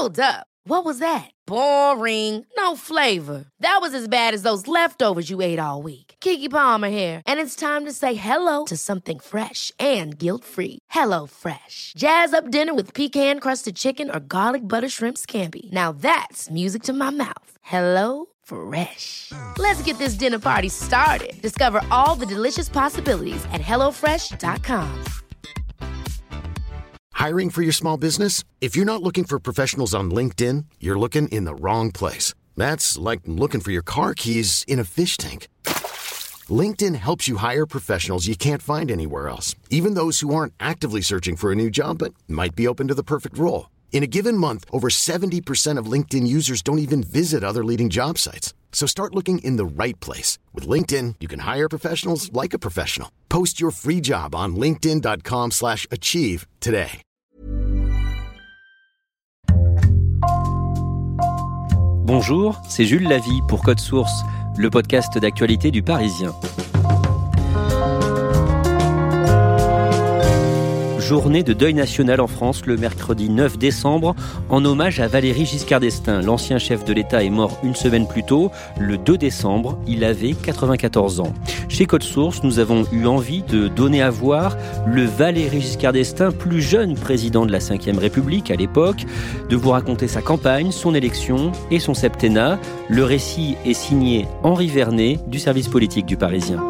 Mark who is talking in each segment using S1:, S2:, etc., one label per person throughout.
S1: Hold up. What was that? Boring. No flavor. That was as bad as those leftovers you ate all week. Keke Palmer here. And it's time to say hello to something fresh and guilt-free. Hello Fresh. Jazz up dinner with pecan-crusted chicken or garlic butter shrimp scampi. Now that's music to my mouth. Hello Fresh. Let's get this dinner party started. Discover all the delicious possibilities at hellofresh.com.
S2: Hiring for your small business? If you're not looking for professionals on LinkedIn, you're looking in the wrong place. That's like looking for your car keys in a fish tank. LinkedIn helps you hire professionals you can't find anywhere else, even those who aren't actively searching for a new job but might be open to the perfect role. In a given month, over 70% of LinkedIn users don't even visit other leading job sites. So start looking in the right place. With LinkedIn, you can hire professionals like a professional. Post your free job on linkedin.com/achieve today.
S3: Bonjour, c'est Jules Lavie pour Code Source, le podcast d'actualité du Parisien. Journée de deuil national en France le mercredi 9 décembre en hommage à Valéry Giscard d'Estaing. L'ancien chef de l'État est mort une semaine plus tôt, le 2 décembre. Il avait 94 ans. Chez Code Source, nous avons eu envie de donner à voir le Valéry Giscard d'Estaing, plus jeune président de la Ve République à l'époque, de vous raconter sa campagne, son élection et son septennat. Le récit est signé Henri Vernet du service politique du Parisien.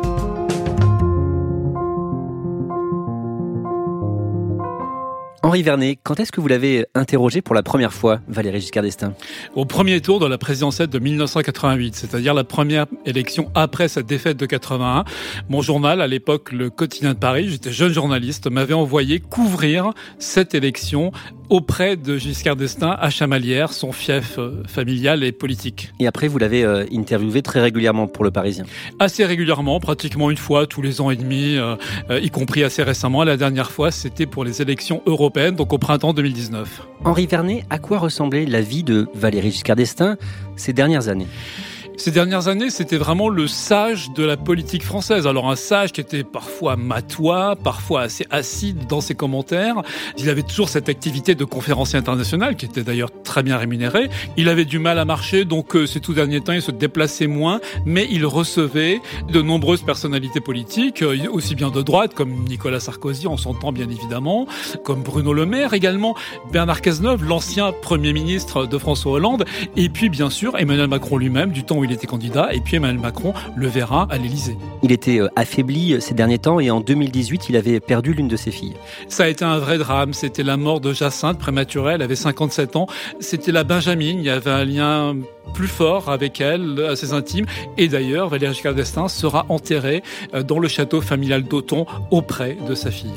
S3: Henri Vernet, quand est-ce que vous l'avez interrogé pour la première fois, Valéry Giscard d'Estaing ?
S4: Au premier tour de la présidentielle de 1988, c'est-à-dire la première élection après sa défaite de 81. Mon journal, à l'époque, le Quotidien de Paris, j'étais jeune journaliste, m'avait envoyé couvrir cette élection auprès de Giscard d'Estaing à Chamalières, son fief familial et politique.
S3: Et après, vous l'avez interviewé très régulièrement pour le Parisien ?
S4: Assez régulièrement, pratiquement une fois tous les ans et demi, y compris assez récemment. La dernière fois, c'était pour les élections européennes, donc au printemps 2019.
S3: Henri Vernet, à quoi ressemblait la vie de Valéry Giscard d'Estaing ces dernières années ?
S4: Ces dernières années, c'était vraiment le sage de la politique française. Alors un sage qui était parfois matois, parfois assez acide dans ses commentaires. Il avait toujours cette activité de conférencier international qui était d'ailleurs très bien rémunérée. Il avait du mal à marcher, donc ces tout derniers temps, il se déplaçait moins, mais il recevait de nombreuses personnalités politiques, aussi bien de droite comme Nicolas Sarkozy, on s'entend bien évidemment, comme Bruno Le Maire également, Bernard Cazeneuve, l'ancien Premier ministre de François Hollande, et puis bien sûr Emmanuel Macron lui-même, du temps où il était candidat, et puis Emmanuel Macron le verra à l'Élysée.
S3: Il était affaibli ces derniers temps et en 2018, il avait perdu l'une de ses filles.
S4: Ça a été un vrai drame, c'était la mort de Jacinthe, prématurée, elle avait 57 ans. C'était la Benjamine, il y avait un lien plus fort avec elle, assez intime. Et d'ailleurs, Valéry Giscard d'Estaing sera enterré dans le château familial d'Auton auprès de sa fille.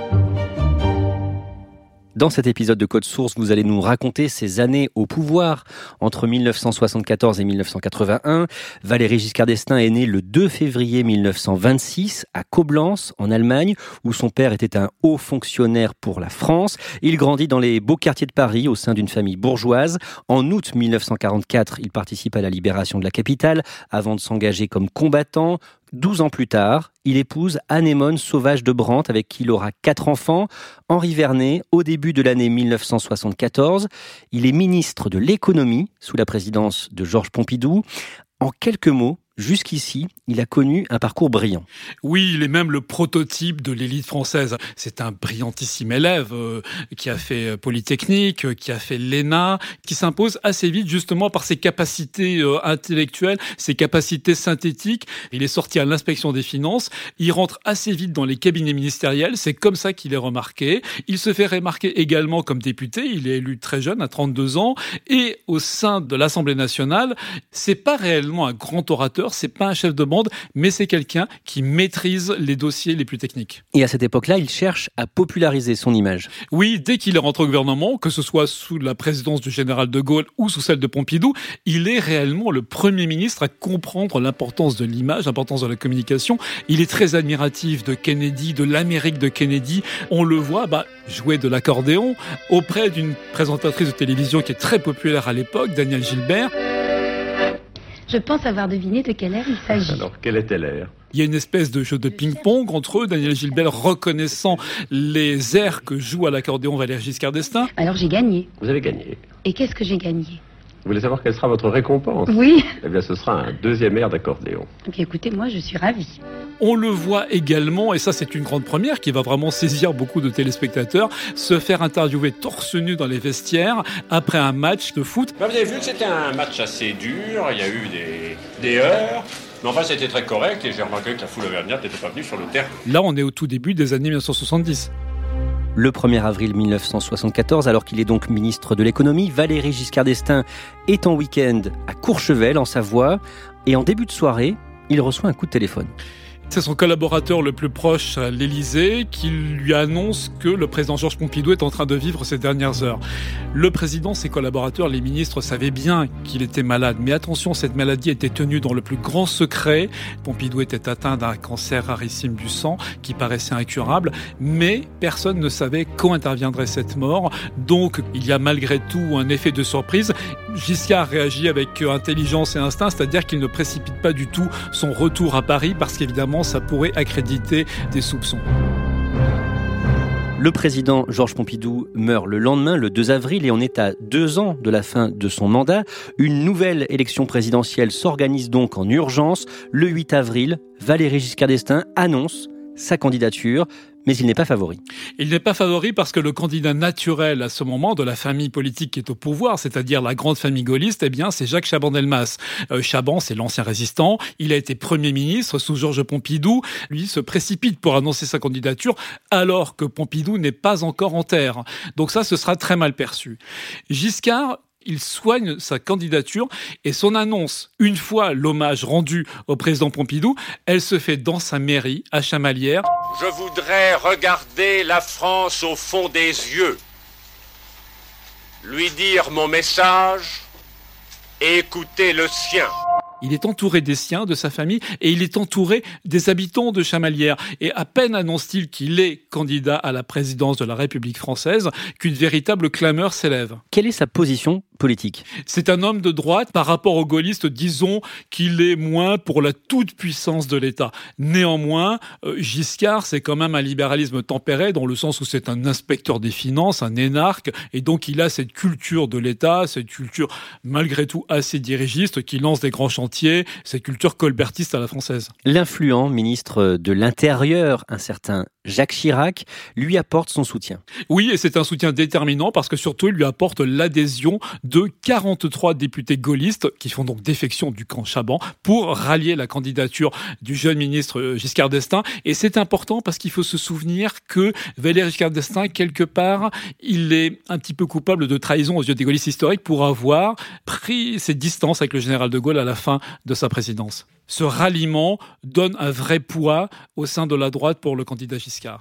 S3: Dans cet épisode de Code Source, vous allez nous raconter ces années au pouvoir entre 1974 et 1981. Valéry Giscard d'Estaing est né le 2 février 1926 à Coblence, en Allemagne, où son père était un haut fonctionnaire pour la France. Il grandit dans les beaux quartiers de Paris au sein d'une famille bourgeoise. En août 1944, il participe à la libération de la capitale avant de s'engager comme combattant. 12 ans plus tard, il épouse Anémone Sauvage de Brandt, avec qui il aura 4 enfants. Henri Vernet, au début de l'année 1974, il est ministre de l'économie sous la présidence de Georges Pompidou. En quelques mots, jusqu'ici, il a connu un parcours brillant.
S4: Oui, il est même le prototype de l'élite française. C'est un brillantissime élève qui a fait Polytechnique, qui a fait l'ENA, qui s'impose assez vite justement par ses capacités intellectuelles, ses capacités synthétiques. Il est sorti à l'inspection des finances, il rentre assez vite dans les cabinets ministériels, c'est comme ça qu'il est remarqué. Il se fait remarquer également comme député, il est élu très jeune, à 32 ans, et au sein de l'Assemblée nationale, c'est pas réellement un grand orateur, c'est pas un chef de bande, mais c'est quelqu'un qui maîtrise les dossiers les plus techniques.
S3: Et à cette époque-là, il cherche à populariser son image.
S4: Oui, dès qu'il est rentré au gouvernement, que ce soit sous la présidence du général de Gaulle ou sous celle de Pompidou, il est réellement le premier ministre à comprendre l'importance de l'image, l'importance de la communication. Il est très admiratif de Kennedy, de l'Amérique de Kennedy. On le voit jouer de l'accordéon auprès d'une présentatrice de télévision qui est très populaire à l'époque, Danielle Gilbert.
S5: Je pense avoir deviné de quel air il s'agit.
S6: Alors, quel était l'air ?
S4: Il y a une espèce de jeu de ping-pong entre eux, Daniel Gilbert reconnaissant les airs que joue à l'accordéon Valéry Giscard d'Estaing.
S5: Alors j'ai gagné.
S6: Vous avez gagné.
S5: Et qu'est-ce que j'ai gagné ?
S6: Vous voulez savoir quelle sera votre récompense ?
S5: Oui.
S6: Eh bien, ce sera un deuxième air d'accordéon.
S5: Eh bien, écoutez, moi, je suis ravie.
S4: On le voit également, et ça c'est une grande première qui va vraiment saisir beaucoup de téléspectateurs, se faire interviewer torse nu dans les vestiaires après un match de foot.
S7: Vous avez vu que c'était un match assez dur, il y a eu des heurts. Mais enfin, c'était très correct et j'ai remarqué que la foule auvergnate n'était pas venue sur le terrain.
S4: Là, on est au tout début des années 1970.
S3: Le 1er avril 1974, alors qu'il est donc ministre de l'économie, Valéry Giscard d'Estaing est en week-end à Courchevel, en Savoie, et en début de soirée, il reçoit un coup de téléphone.
S4: C'est son collaborateur le plus proche à l'Élysée qui lui annonce que le président Georges Pompidou est en train de vivre ces dernières heures. Le président, ses collaborateurs, les ministres savaient bien qu'il était malade. Mais attention, cette maladie était tenue dans le plus grand secret. Pompidou était atteint d'un cancer rarissime du sang qui paraissait incurable. Mais personne ne savait quand interviendrait cette mort. Donc, il y a malgré tout un effet de surprise. Giscard réagit avec intelligence et instinct, c'est-à-dire qu'il ne précipite pas du tout son retour à Paris parce qu'évidemment, ça pourrait accréditer des soupçons.
S3: Le président Georges Pompidou meurt le lendemain, le 2 avril, et on est à 2 ans de la fin de son mandat. Une nouvelle élection présidentielle s'organise donc en urgence. Le 8 avril, Valéry Giscard d'Estaing annonce sa candidature, mais il n'est pas favori.
S4: Il n'est pas favori parce que le candidat naturel à ce moment de la famille politique qui est au pouvoir, c'est-à-dire la grande famille gaulliste, eh bien, c'est Jacques Chaban-Delmas. Chaban, c'est l'ancien résistant. Il a été Premier ministre sous Georges Pompidou. Lui se précipite pour annoncer sa candidature alors que Pompidou n'est pas encore en terre. Donc ça, ce sera très mal perçu. Giscard, il soigne sa candidature et son annonce, une fois l'hommage rendu au président Pompidou, elle se fait dans sa mairie à Chamalières.
S7: Je voudrais regarder la France au fond des yeux, lui dire mon message et écouter le sien.
S4: Il est entouré des siens, de sa famille, et il est entouré des habitants de Chamalières. Et à peine annonce-t-il qu'il est candidat à la présidence de la République française qu'une véritable clameur s'élève.
S3: Quelle est sa position politique ?
S4: C'est un homme de droite. Par rapport aux gaullistes, disons qu'il est moins pour la toute-puissance de l'État. Néanmoins, Giscard, c'est quand même un libéralisme tempéré, dans le sens où c'est un inspecteur des finances, un énarque, et donc il a cette culture de l'État, cette culture malgré tout assez dirigiste, qui lance des grands chantiers, cette culture colbertiste à la française.
S3: L'influent ministre de l'Intérieur, un certain Jacques Chirac, lui apporte son soutien.
S4: Oui, et c'est un soutien déterminant parce que surtout, il lui apporte l'adhésion de 43 députés gaullistes qui font donc défection du camp Chaban pour rallier la candidature du jeune ministre Giscard d'Estaing. Et c'est important parce qu'il faut se souvenir que Valéry Giscard d'Estaing, quelque part, il est un petit peu coupable de trahison aux yeux des gaullistes historiques pour avoir pris ses distances avec le général de Gaulle à la fin de sa présidence. Ce ralliement donne un vrai poids au sein de la droite pour le candidat Giscard.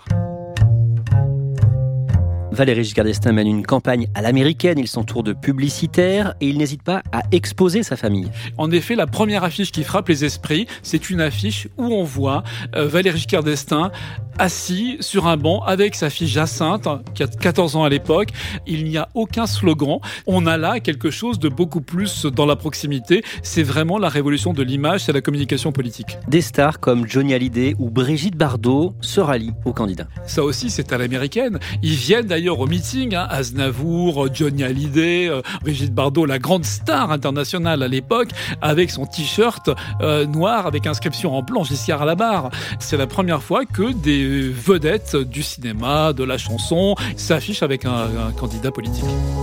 S3: Valéry Giscard d'Estaing mène une campagne à l'américaine, il s'entoure de publicitaires et il n'hésite pas à exposer sa famille.
S4: En effet, la première affiche qui frappe les esprits, c'est une affiche où on voit Valéry Giscard d'Estaing assis sur un banc avec sa fille Jacinthe, qui a 14 ans à l'époque. Il n'y a aucun slogan. On a là quelque chose de beaucoup plus dans la proximité. C'est vraiment la révolution de l'image, c'est la communication politique.
S3: Des stars comme Johnny Hallyday ou Brigitte Bardot se rallient au candidat.
S4: Ça aussi, c'est à l'américaine. Ils viennent d'ailleurs au meeting, Aznavour, Johnny Hallyday, Brigitte Bardot, la grande star internationale à l'époque, avec son t-shirt noir avec inscription en blanc Giscard à la barre. C'est la première fois que des vedettes du cinéma, de la chanson, s'affichent avec un candidat politique.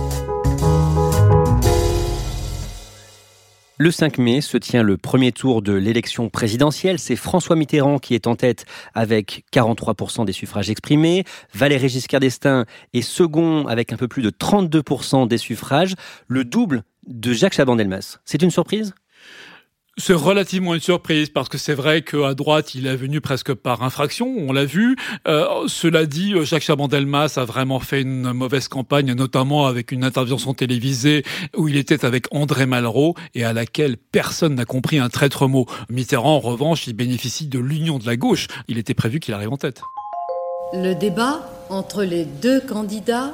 S3: Le 5 mai se tient le premier tour de l'élection présidentielle. C'est François Mitterrand qui est en tête avec 43% des suffrages exprimés. Valéry Giscard d'Estaing est second avec un peu plus de 32% des suffrages. Le double de Jacques Chaban-Delmas. C'est une surprise ?
S4: C'est relativement une surprise parce que c'est vrai qu'à droite, il est venu presque par infraction, on l'a vu. Cela dit, Jacques Chaban-Delmas a vraiment fait une mauvaise campagne, notamment avec une intervention télévisée où il était avec André Malraux et à laquelle personne n'a compris un traître mot. Mitterrand, en revanche, il bénéficie de l'union de la gauche. Il était prévu qu'il arrive en tête.
S8: Le débat entre les deux candidats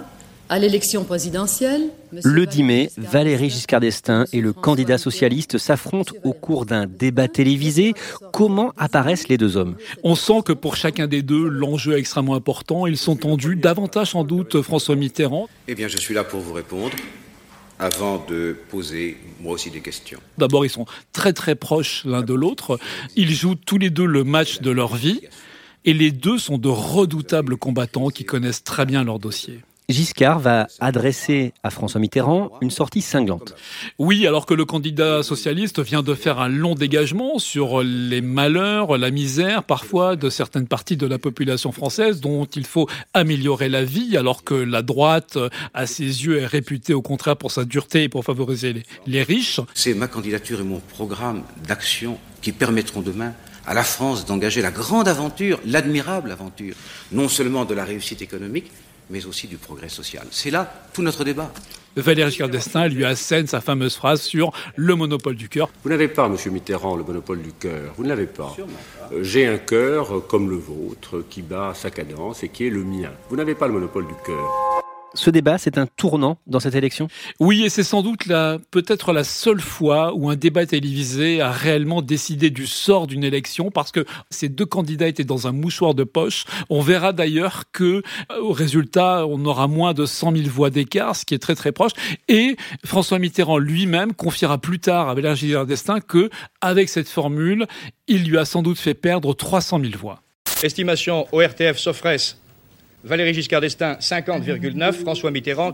S8: À l'élection présidentielle,
S3: le 10 mai, Valéry Giscard d'Estaing et le candidat socialiste s'affrontent au cours d'un débat télévisé. Comment apparaissent les deux hommes ?
S4: On sent que pour chacun des deux, l'enjeu est extrêmement important. Ils sont tendus, davantage sans doute François Mitterrand.
S9: Eh bien, je suis là pour vous répondre, avant de poser moi aussi des questions.
S4: D'abord, ils sont très très proches l'un de l'autre. Ils jouent tous les deux le match de leur vie. Et les deux sont de redoutables combattants qui connaissent très bien leur dossier.
S3: Giscard va adresser à François Mitterrand une sortie cinglante.
S4: Oui, alors que le candidat socialiste vient de faire un long dégagement sur les malheurs, la misère parfois de certaines parties de la population française dont il faut améliorer la vie, alors que la droite, à ses yeux, est réputée au contraire pour sa dureté et pour favoriser les riches.
S9: C'est ma candidature et mon programme d'action qui permettront demain à la France d'engager la grande aventure, l'admirable aventure, non seulement de la réussite économique, mais aussi du progrès social. C'est là tout notre débat.
S4: Valéry Giscard d'Estaing lui assène sa fameuse phrase sur le monopole du cœur.
S6: Vous n'avez pas, monsieur Mitterrand, le monopole du cœur. Vous ne l'avez pas. J'ai un cœur comme le vôtre, qui bat sa cadence et qui est le mien. Vous n'avez pas le monopole du cœur.
S3: Ce débat, c'est un tournant dans cette élection ?
S4: Oui, et c'est sans doute peut-être la seule fois où un débat télévisé a réellement décidé du sort d'une élection, parce que ces deux candidats étaient dans un mouchoir de poche. On verra d'ailleurs que, au résultat, on aura moins de 100 000 voix d'écart, ce qui est très très proche. Et François Mitterrand lui-même confiera plus tard à Valéry Giscard d'Estaing que, avec cette formule, il lui a sans doute fait perdre 300 000 voix.
S10: Estimation ORTF Sofres. Valéry Giscard d'Estaing, 50,9, François Mitterrand,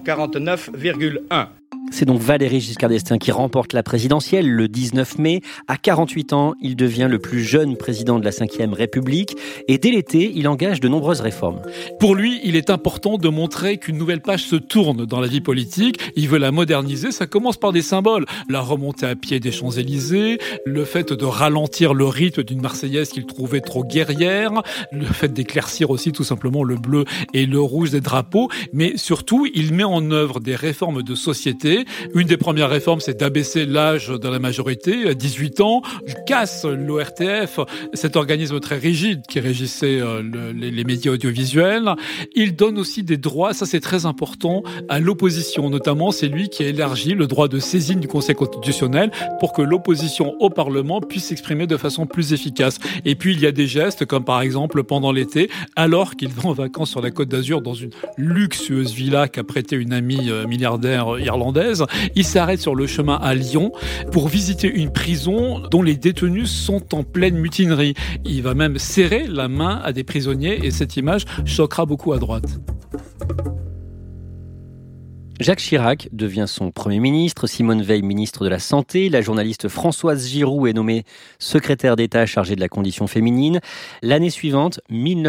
S10: 49,1.
S3: C'est donc Valéry Giscard d'Estaing qui remporte la présidentielle le 19 mai. À 48 ans, il devient le plus jeune président de la Ve République. Et dès l'été, il engage de nombreuses réformes.
S4: Pour lui, il est important de montrer qu'une nouvelle page se tourne dans la vie politique. Il veut la moderniser. Ça commence par des symboles. La remontée à pied des Champs-Élysées, le fait de ralentir le rythme d'une Marseillaise qu'il trouvait trop guerrière, le fait d'éclaircir aussi tout simplement le bleu et le rouge des drapeaux. Mais surtout, il met en œuvre des réformes de société. Une des premières réformes, c'est d'abaisser l'âge de la majorité à 18 ans. Il casse l'ORTF, cet organisme très rigide qui régissait les médias audiovisuels. Il donne aussi des droits, ça c'est très important, à l'opposition. Notamment, c'est lui qui a élargi le droit de saisine du Conseil constitutionnel pour que l'opposition au Parlement puisse s'exprimer de façon plus efficace. Et puis, il y a des gestes comme par exemple pendant l'été, alors qu'il va en vacances sur la Côte d'Azur dans une luxueuse villa qu'a prêtée une amie milliardaire irlandaise, il s'arrête sur le chemin à Lyon pour visiter une prison dont les détenus sont en pleine mutinerie. Il va même serrer la main à des prisonniers et cette image choquera beaucoup à droite.
S3: Jacques Chirac devient son Premier ministre, Simone Veil ministre de la Santé, la journaliste Françoise Giroud est nommée secrétaire d'État chargée de la condition féminine. L'année suivante,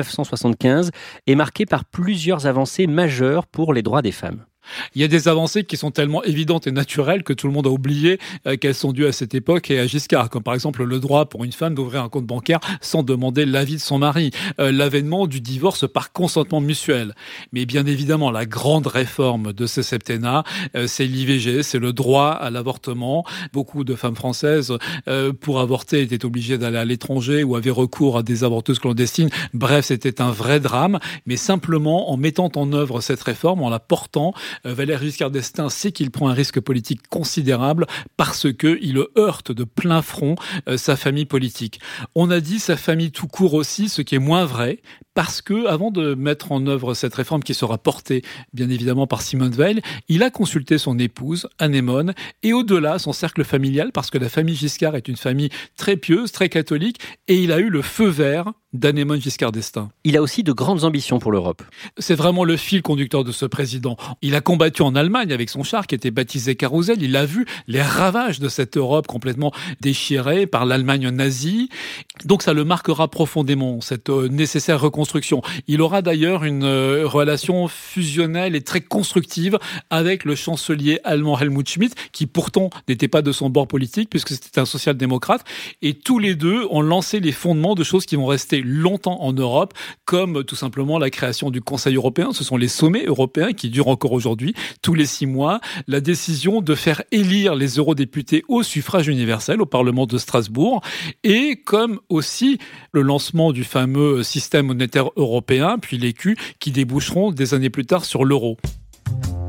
S3: 1975, est marquée par plusieurs avancées majeures pour les droits des femmes.
S4: Il y a des avancées qui sont tellement évidentes et naturelles que tout le monde a oublié qu'elles sont dues à cette époque et à Giscard, comme par exemple le droit pour une femme d'ouvrir un compte bancaire sans demander l'avis de son mari, l'avènement du divorce par consentement mutuel. Mais bien évidemment, la grande réforme de ce septennat, c'est l'IVG, c'est le droit à l'avortement. Beaucoup de femmes françaises, pour avorter, étaient obligées d'aller à l'étranger ou avaient recours à des avorteuses clandestines. Bref, c'était un vrai drame. Mais simplement, en mettant en œuvre cette réforme, en la portant, Valéry Giscard d'Estaing sait qu'il prend un risque politique considérable parce qu'il heurte de plein front sa famille politique. On a dit sa famille tout court aussi, ce qui est moins vrai, parce que avant de mettre en œuvre cette réforme qui sera portée bien évidemment par Simone Veil, il a consulté son épouse, Anémone, et au-delà son cercle familial, parce que la famille Giscard est une famille très pieuse, très catholique, et il a eu le feu vert d'Anémone Giscard d'Estaing.
S3: Il a aussi de grandes ambitions pour l'Europe.
S4: C'est vraiment le fil conducteur de ce président. Il a combattu en Allemagne avec son char qui était baptisé Carousel. Il a vu les ravages de cette Europe complètement déchirée par l'Allemagne nazie. Donc ça le marquera profondément, cette nécessaire reconstruction. Il aura d'ailleurs une relation fusionnelle et très constructive avec le chancelier allemand Helmut Schmidt, qui pourtant n'était pas de son bord politique puisque c'était un social-démocrate. Et tous les deux ont lancé les fondements de choses qui vont rester longtemps en Europe, comme tout simplement la création du Conseil européen. Ce sont les sommets européens qui durent encore aujourd'hui, tous les 6 mois. La décision de faire élire les eurodéputés au suffrage universel au Parlement de Strasbourg, et comme aussi le lancement du fameux système monétaire européen, puis l'écu, qui déboucheront des années plus tard sur l'euro.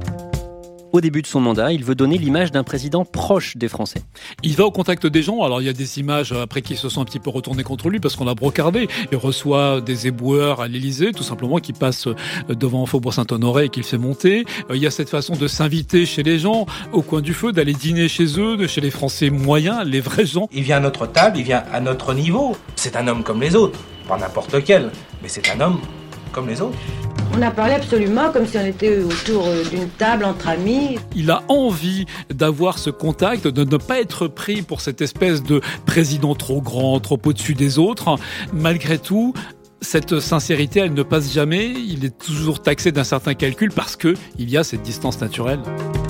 S3: Au début de son mandat, il veut donner l'image d'un président proche des Français.
S4: Il va au contact des gens. Alors, il y a des images après qui se sont un petit peu retournées contre lui parce qu'on l'a brocardé. Il reçoit des éboueurs à l'Élysée, tout simplement, qui passent devant Faubourg Saint-Honoré et qu'il fait monter. Il y a cette façon de s'inviter chez les gens, au coin du feu, d'aller dîner chez eux, chez les Français moyens, les vrais gens.
S8: Il vient à notre table, il vient à notre niveau. C'est un homme comme les autres. Pas n'importe lequel, mais c'est un homme comme les autres.
S11: On a parlé absolument comme si on était autour d'une table entre amis.
S4: Il a envie d'avoir ce contact, de ne pas être pris pour cette espèce de président trop grand, trop au-dessus des autres. Malgré tout, cette sincérité, elle ne passe jamais. Il est toujours taxé d'un certain calcul parce qu'il y a cette distance naturelle.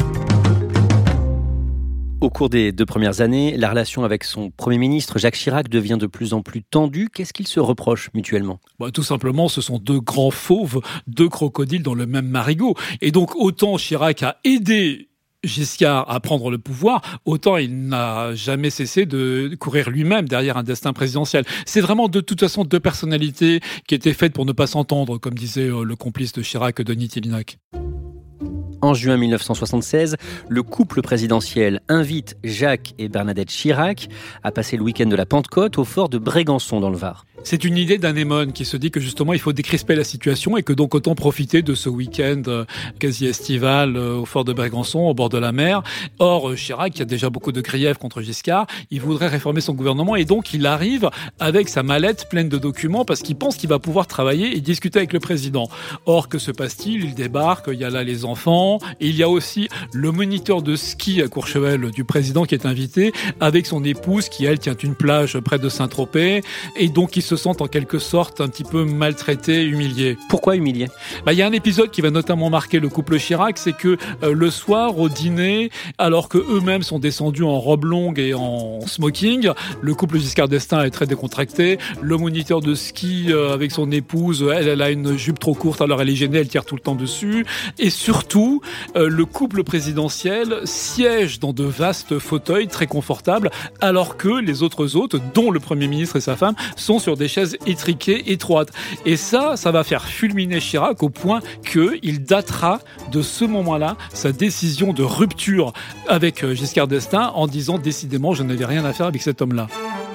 S3: Au cours des 2 premières années, la relation avec son Premier ministre Jacques Chirac devient de plus en plus tendue. Qu'est-ce qu'ils se reprochent mutuellement ?
S4: Tout simplement, ce sont 2 grands fauves, 2 crocodiles dans le même marigot. Et donc, autant Chirac a aidé Giscard à prendre le pouvoir, autant il n'a jamais cessé de courir lui-même derrière un destin présidentiel. C'est vraiment de toute façon 2 personnalités qui étaient faites pour ne pas s'entendre, comme disait le complice de Chirac, Denis Tillinac.
S3: En juin 1976, le couple présidentiel invite Jacques et Bernadette Chirac à passer le week-end de la Pentecôte au fort de Brégançon dans le Var.
S4: C'est une idée d'anémone qui se dit que justement il faut décrisper la situation et que donc autant profiter de ce week-end quasi estival au fort de Brégançon, au bord de la mer. Or, Chirac, qui a déjà beaucoup de griefs contre Giscard, il voudrait réformer son gouvernement et donc il arrive avec sa mallette pleine de documents parce qu'il pense qu'il va pouvoir travailler et discuter avec le président. Or, que se passe-t-il ? Il débarque, il y a là les enfants, et il y a aussi le moniteur de ski à Courchevel du président qui est invité avec son épouse qui, elle, tient une plage près de Saint-Tropez et donc ils se sentent en quelque sorte un petit peu maltraités, humiliés.
S3: Pourquoi humiliés ?
S4: Il y a un épisode qui va notamment marquer le couple Chirac, c'est que le soir, au dîner, alors que eux-mêmes sont descendus en robe longue et en smoking, le couple Giscard d'Estaing est très décontracté. Le moniteur de ski avec son épouse, elle a une jupe trop courte, alors elle est gênée, elle tire tout le temps dessus. Et surtout, le couple présidentiel siège dans de vastes fauteuils très confortables, alors que les autres hôtes, dont le Premier ministre et sa femme, sont sur des chaises étriquées, étroites. Et ça va faire fulminer Chirac au point qu'il datera de ce moment-là sa décision de rupture avec Giscard d'Estaing en disant « Décidément, je n'avais rien à faire avec cet homme-là ».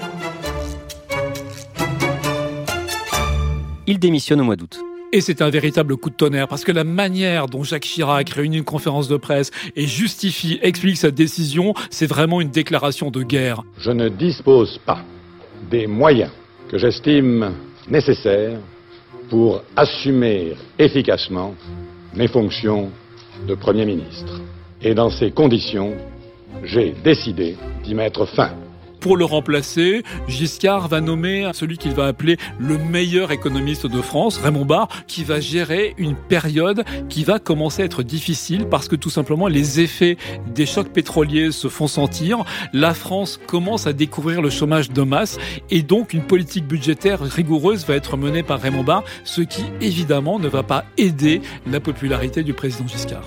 S3: Il démissionne au mois d'août.
S4: Et c'est un véritable coup de tonnerre, parce que la manière dont Jacques Chirac réunit une conférence de presse et explique sa décision, c'est vraiment une déclaration de guerre.
S12: Je ne dispose pas des moyens que j'estime nécessaires pour assumer efficacement mes fonctions de Premier ministre. Et dans ces conditions, j'ai décidé d'y mettre fin.
S4: Pour le remplacer, Giscard va nommer celui qu'il va appeler le meilleur économiste de France, Raymond Barre, qui va gérer une période qui va commencer à être difficile parce que tout simplement les effets des chocs pétroliers se font sentir. La France commence à découvrir le chômage de masse et donc une politique budgétaire rigoureuse va être menée par Raymond Barre, ce qui évidemment ne va pas aider la popularité du président Giscard.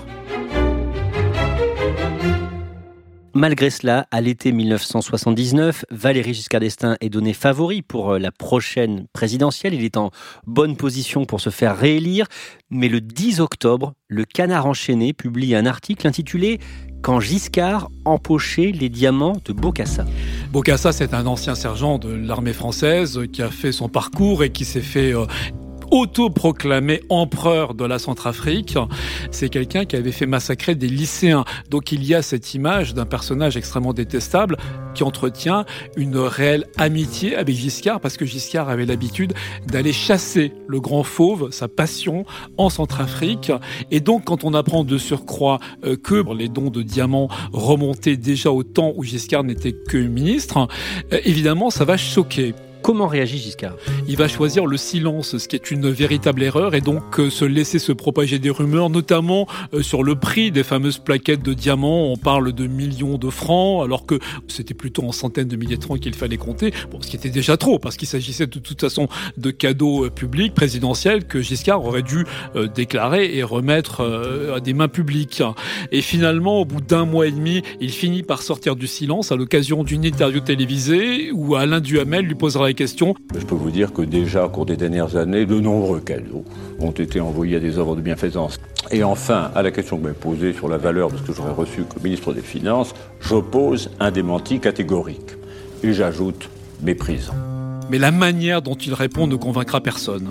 S3: Malgré cela, à l'été 1979, Valéry Giscard d'Estaing est donné favori pour la prochaine présidentielle. Il est en bonne position pour se faire réélire. Mais le 10 octobre, le Canard enchaîné publie un article intitulé « Quand Giscard empochait les diamants de Bokassa ».
S4: Bokassa, c'est un ancien sergent de l'armée française qui a fait son parcours et qui s'est fait autoproclamé empereur de la Centrafrique. C'est quelqu'un qui avait fait massacrer des lycéens. Donc il y a cette image d'un personnage extrêmement détestable qui entretient une réelle amitié avec Giscard parce que Giscard avait l'habitude d'aller chasser le grand fauve, sa passion, en Centrafrique. Et donc quand on apprend de surcroît que les dons de diamants remontaient déjà au temps où Giscard n'était que ministre, évidemment ça va choquer.
S3: Comment réagit Giscard ?
S4: Il va choisir le silence, ce qui est une véritable erreur, et donc se laisser se propager des rumeurs, notamment sur le prix des fameuses plaquettes de diamants. On parle de millions de francs, alors que c'était plutôt en centaines de milliers de francs qu'il fallait compter. Bon, ce qui était déjà trop, parce qu'il s'agissait de toute façon de cadeaux publics, présidentiels, que Giscard aurait dû déclarer et remettre à des mains publiques. Et finalement, au bout d'un mois et demi, il finit par sortir du silence à l'occasion d'une interview télévisée où Alain Duhamel lui posera la questions.
S6: Je peux vous dire que déjà, au cours des dernières années, de nombreux cadeaux ont été envoyés à des œuvres de bienfaisance. Et enfin, à la question que vous m'avez posée sur la valeur de ce que j'aurais reçu comme ministre des Finances, j'oppose un démenti catégorique. Et j'ajoute méprisant.
S4: Mais la manière dont il répond ne convaincra personne.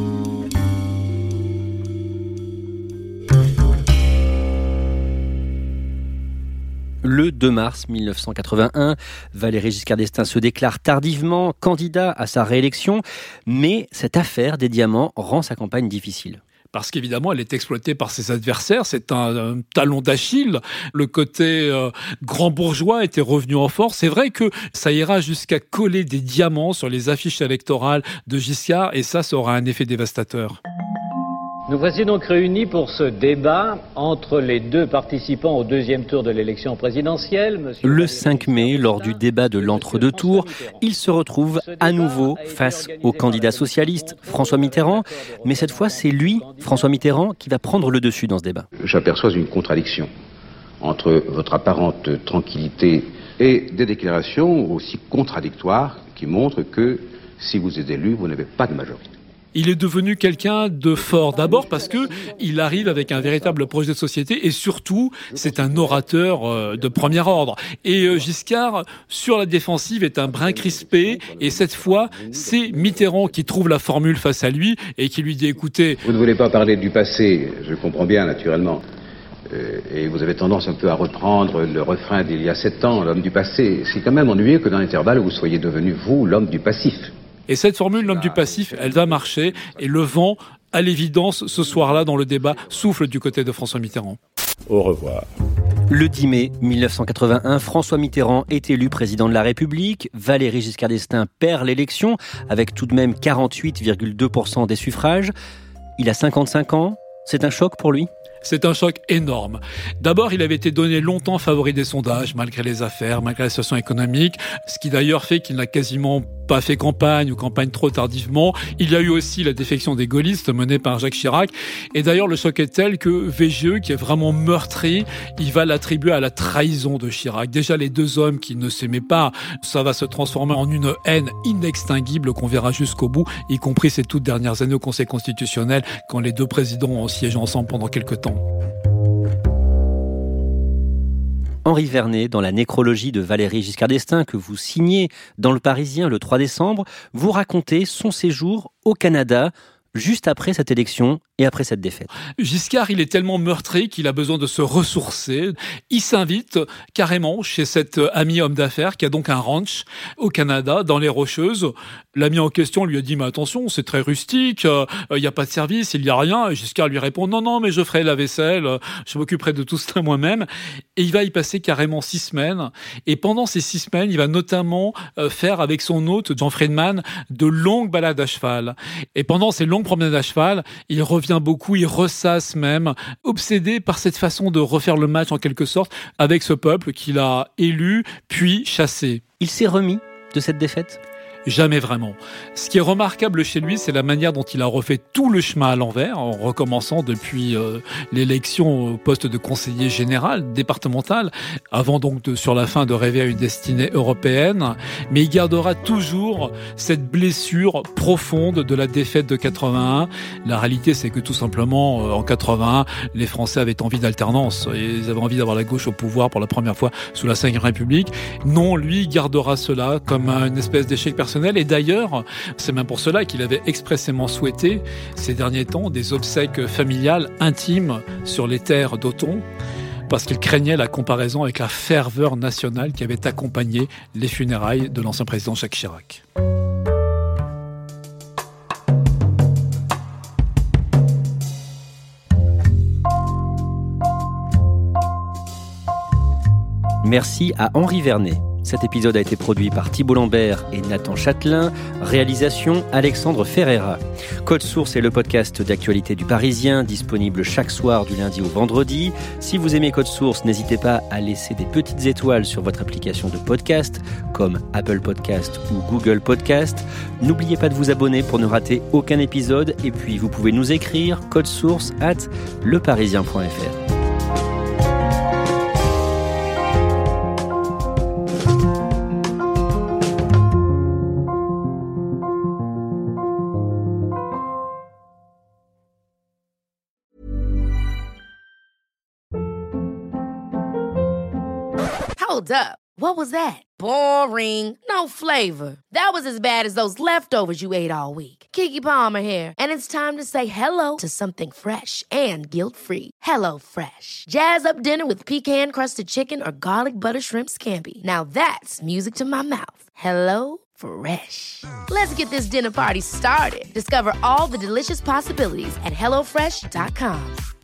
S3: Le 2 mars 1981, Valéry Giscard d'Estaing se déclare tardivement candidat à sa réélection, mais cette affaire des diamants rend sa campagne difficile.
S4: Parce qu'évidemment, elle est exploitée par ses adversaires. C'est un talon d'Achille. Le côté grand bourgeois était revenu en force. C'est vrai que ça ira jusqu'à coller des diamants sur les affiches électorales de Giscard, et ça aura un effet dévastateur.
S13: Nous voici donc réunis pour ce débat entre les deux participants au deuxième tour de l'élection présidentielle.
S3: Le 5 mai, lors du débat de l'entre-deux tours, il se retrouve à nouveau face au candidat socialiste, François Mitterrand. Mais cette fois, c'est lui, François Mitterrand, qui va prendre le dessus dans ce débat.
S9: J'aperçois une contradiction entre votre apparente tranquillité et des déclarations aussi contradictoires qui montrent que si vous êtes élu, vous n'avez pas de majorité.
S4: Il est devenu quelqu'un de fort, d'abord parce que il arrive avec un véritable projet de société, et surtout, c'est un orateur de premier ordre. Et Giscard, sur la défensive, est un brin crispé, et cette fois, c'est Mitterrand qui trouve la formule face à lui et qui lui dit « Écoutez... »
S9: Vous ne voulez pas parler du passé, je comprends bien, naturellement. Et vous avez tendance un peu à reprendre le refrain d'il y a 7 ans, l'homme du passé. C'est quand même ennuyeux que dans l'intervalle, vous soyez devenu, vous, l'homme du passif.
S4: Et cette formule, l'homme du passif, elle va marcher, et le vent, à l'évidence, ce soir-là, dans le débat, souffle du côté de François Mitterrand.
S6: Au revoir.
S3: Le 10 mai 1981, François Mitterrand est élu président de la République. Valéry Giscard d'Estaing perd l'élection, avec tout de même 48,2% des suffrages. Il a 55 ans. C'est un choc pour lui ?
S4: C'est un choc énorme. D'abord, il avait été donné longtemps favori des sondages, malgré les affaires, malgré la situation économique, ce qui d'ailleurs fait qu'il n'a quasiment pas fait campagne ou campagne trop tardivement. Il y a eu aussi la défection des gaullistes menée par Jacques Chirac. Et d'ailleurs, le choc est tel que VGE, qui est vraiment meurtri, il va l'attribuer à la trahison de Chirac. Déjà, les deux hommes qui ne s'aimaient pas, ça va se transformer en une haine inextinguible qu'on verra jusqu'au bout, y compris ces toutes dernières années au Conseil constitutionnel, quand les deux présidents ont siégé ensemble pendant quelques temps.
S3: Henri Vernet, dans la nécrologie de Valéry Giscard d'Estaing que vous signez dans Le Parisien le 3 décembre, vous racontez son séjour au Canada juste après cette élection et après cette défaite.
S4: Giscard, il est tellement meurtri qu'il a besoin de se ressourcer. Il s'invite carrément chez cet ami homme d'affaires qui a donc un ranch au Canada, dans les Rocheuses. L'ami en question lui a dit « Mais attention, c'est très rustique, il n'y a pas de service, il n'y a rien. » Et Giscard lui répond « Non, mais je ferai la vaisselle, je m'occuperai de tout cela moi-même. » Et il va y passer carrément 6 semaines. Et pendant ces 6 semaines, il va notamment faire avec son hôte, Jean Friedman, de longues balades à cheval. Et pendant ces longues promenades à cheval, il revient beaucoup, il ressasse même, obsédé par cette façon de refaire le match en quelque sorte avec ce peuple qu'il a élu puis chassé.
S3: Il s'est remis de cette défaite ?
S4: Jamais vraiment. Ce qui est remarquable chez lui, c'est la manière dont il a refait tout le chemin à l'envers, en recommençant depuis l'élection au poste de conseiller général, départemental, avant donc sur la fin de rêver à une destinée européenne. Mais il gardera toujours cette blessure profonde de la défaite de 81. La réalité, c'est que tout simplement, en 81, les Français avaient envie d'alternance. Et ils avaient envie d'avoir la gauche au pouvoir pour la première fois sous la Ve République. Non, lui, il gardera cela comme une espèce d'échec personnel. Et d'ailleurs, c'est même pour cela qu'il avait expressément souhaité, ces derniers temps, des obsèques familiales intimes sur les terres d'Othon, parce qu'il craignait la comparaison avec la ferveur nationale qui avait accompagné les funérailles de l'ancien président Jacques Chirac.
S3: Merci à Henri Vernet. Cet épisode a été produit par Thibault Lambert et Nathan Châtelain. Réalisation Alexandre Ferreira. Code Source est le podcast d'actualité du Parisien, disponible chaque soir du lundi au vendredi. Si vous aimez Code Source, n'hésitez pas à laisser des petites étoiles sur votre application de podcast, comme Apple Podcast ou Google Podcast. N'oubliez pas de vous abonner pour ne rater aucun épisode. Et puis, vous pouvez nous écrire codesource@leparisien.fr.
S1: Hold up. What was that? Boring. No flavor. That was as bad as those leftovers you ate all week. Keke Palmer here, and it's time to say hello to something fresh and guilt-free. Hello Fresh. Jazz up dinner with pecan-crusted chicken or garlic butter shrimp scampi. Now that's music to my mouth. Hello Fresh. Let's get this dinner party started. Discover all the delicious possibilities at HelloFresh.com.